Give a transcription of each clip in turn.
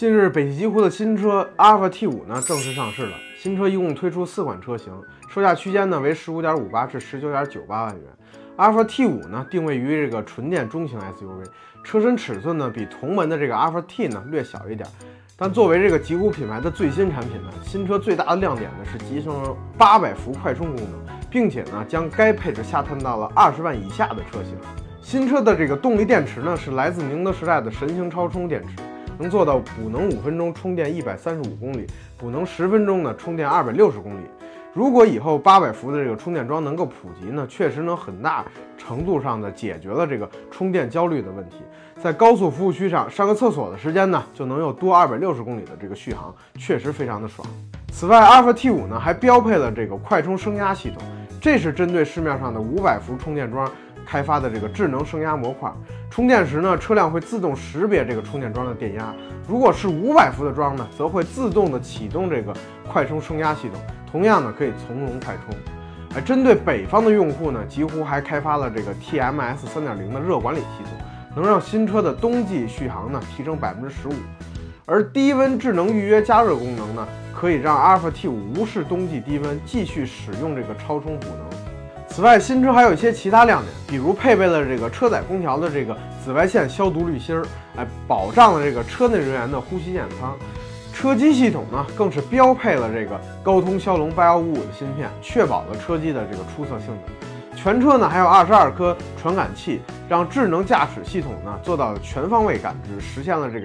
近日，北汽极狐的新车阿尔法 T5呢正式上市了。新车一共推出4款车型，售价区间呢为15.58至19.98万元。阿尔法 T5呢定位于这个纯电中型 SUV， 车身尺寸呢比同门的这个阿尔法 T 呢略小一点。但作为这个极狐品牌的最新产品呢，新车最大的亮点呢是集成了800伏快充功能，并且呢将该配置下探到了20万以下的车型。新车的这个动力电池呢是来自宁德时代的神行超充电池。能做到补能5分钟充电135公里，补能10分钟呢充电260公里。如果以后800伏的这个充电桩能够普及呢，确实能很大程度上的解决了这个充电焦虑的问题。在高速服务区上上个厕所的时间呢，就能有多260公里的这个续航，确实非常的爽。此外，阿尔法 T5呢还标配了这个快充升压系统，这是针对市面上的500伏充电桩开发的这个智能升压模块。充电时呢，车辆会自动识别这个充电桩的电压，如果是500伏的桩呢，则会自动的启动这个快充升压系统，同样呢可以从容快充。针对北方的用户呢，极狐还开发了这个 TMS 3.0 的热管理系统，能让新车的冬季续航呢提升15%。而低温智能预约加热功能呢，可以让阿尔法 T5 无视冬季低温，继续使用这个超充补能。此外，新车还有一些其他亮点，比如配备了这个车载空调的这个紫外线消毒滤芯，保障了这个车内人员的呼吸健康。车机系统呢，更是标配了这个高通骁龙8155的芯片，确保了车机的这个出色性能。全车呢还有22颗传感器，让智能驾驶系统呢做到了全方位感知，实现了这个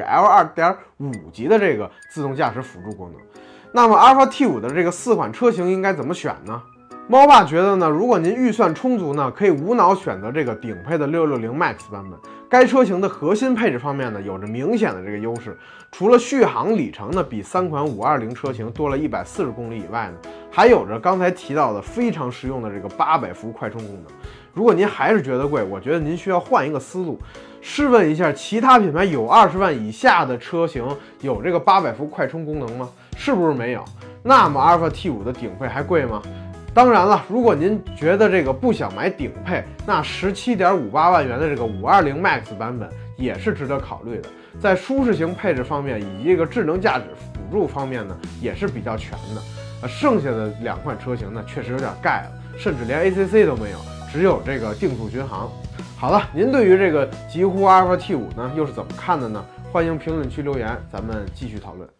L2.5 级的这个自动驾驶辅助功能。那么阿尔法 T5 的这个4款车型应该怎么选呢？猫爸觉得呢，如果您预算充足呢，可以无脑选择这个顶配的660 Max 版本。该车型的核心配置方面呢，有着明显的这个优势。除了续航里程呢比3款520车型多了140公里以外呢，还有着刚才提到的非常实用的这个800伏快充功能。如果您还是觉得贵，我觉得您需要换一个思路。试问一下，其他品牌有20万以下的车型有这个800伏快充功能吗？是不是没有？那么阿尔法 T5 的顶配还贵吗？当然了，如果您觉得这个不想买顶配，那17.58万元的这个520 Max 版本也是值得考虑的。在舒适型配置方面以及这个智能驾驶辅助方面呢，也是比较全的。剩下的2款车型呢，确实有点盖了，甚至连 ACC 都没有，只有这个定速巡航。好了，您对于这个极狐阿尔法 T5呢，又是怎么看的呢？欢迎评论区留言，咱们继续讨论。